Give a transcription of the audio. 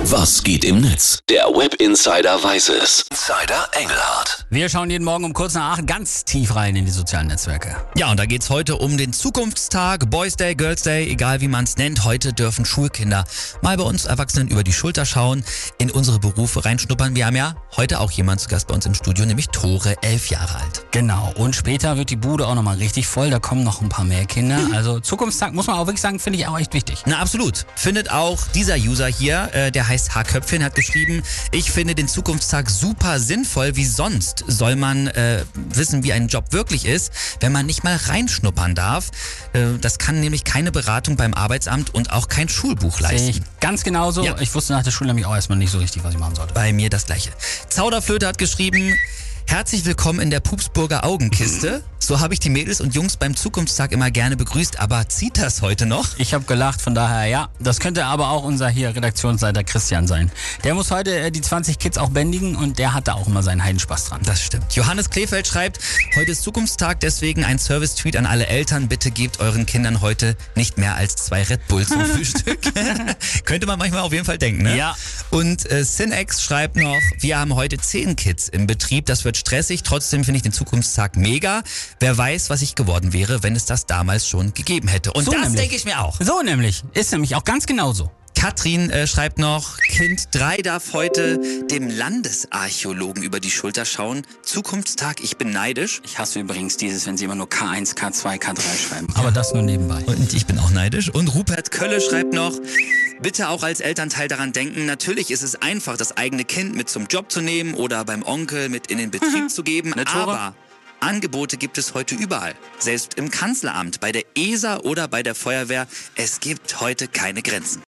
Was geht im Netz? Der Web Insider weiß es. Insider Engelhardt. Wir schauen jeden Morgen um kurz nach 8 ganz tief rein in die sozialen Netzwerke. Ja, und da geht's heute um den Zukunftstag, Boys Day, Girls Day, egal wie man es nennt. Heute dürfen Schulkinder mal bei uns Erwachsenen über die Schulter schauen, in unsere Berufe reinschnuppern. Wir haben ja heute auch jemand zu Gast bei uns im Studio, nämlich Tore, 11 Jahre alt. Genau, und später wird die Bude auch nochmal richtig voll, da kommen noch ein paar mehr Kinder. Also Zukunftstag, muss man auch wirklich sagen, finde ich auch echt wichtig. Na absolut. Findet auch dieser User hier, der heißt H-Köpfchen, hat geschrieben, ich finde den Zukunftstag super sinnvoll. Wie sonst soll man wissen, wie ein Job wirklich ist, wenn man nicht mal reinschnuppern darf. Das kann nämlich keine Beratung beim Arbeitsamt und auch kein Schulbuch leisten. Sehe ich ganz genauso. Ja. Ich wusste nach der Schule nämlich auch erstmal nicht so richtig, was ich machen sollte. Bei mir das Gleiche. Zauderflöte hat geschrieben, herzlich willkommen in der Pupsburger Augenkiste. So habe ich die Mädels und Jungs beim Zukunftstag immer gerne begrüßt, aber zieht das heute noch? Ich habe gelacht, von daher ja. Das könnte aber auch unser hier Redaktionsleiter Christian sein. Der muss heute die 20 Kids auch bändigen und der hat da auch immer seinen Heidenspaß dran. Das stimmt. Johannes Kleefeld schreibt, heute ist Zukunftstag, deswegen ein Service-Tweet an alle Eltern. Bitte gebt euren Kindern heute nicht mehr als 2 Red Bulls zum Frühstück. Könnte man manchmal auf jeden Fall denken, ne? Ja. Und Cinex schreibt noch, wir haben heute 10 Kids im Betrieb, das wird stressig, trotzdem finde ich den Zukunftstag mega. Wer weiß, was ich geworden wäre, wenn es das damals schon gegeben hätte. Und so das nämlich. denke ich mir auch. So nämlich. Ist nämlich auch ganz genauso. Katrin schreibt noch, Kind 3 darf heute dem Landesarchäologen über die Schulter schauen. Zukunftstag, ich bin neidisch. Ich hasse übrigens dieses, wenn sie immer nur K1, K2, K3 schreiben. Aber das nur nebenbei. Und ich bin auch neidisch. Und Rupert Kölle schreibt noch, bitte auch als Elternteil daran denken, natürlich ist es einfach, das eigene Kind mit zum Job zu nehmen oder beim Onkel mit in den Betrieb zu geben, aber Angebote gibt es heute überall. Selbst im Kanzleramt, bei der ESA oder bei der Feuerwehr. Es gibt heute keine Grenzen.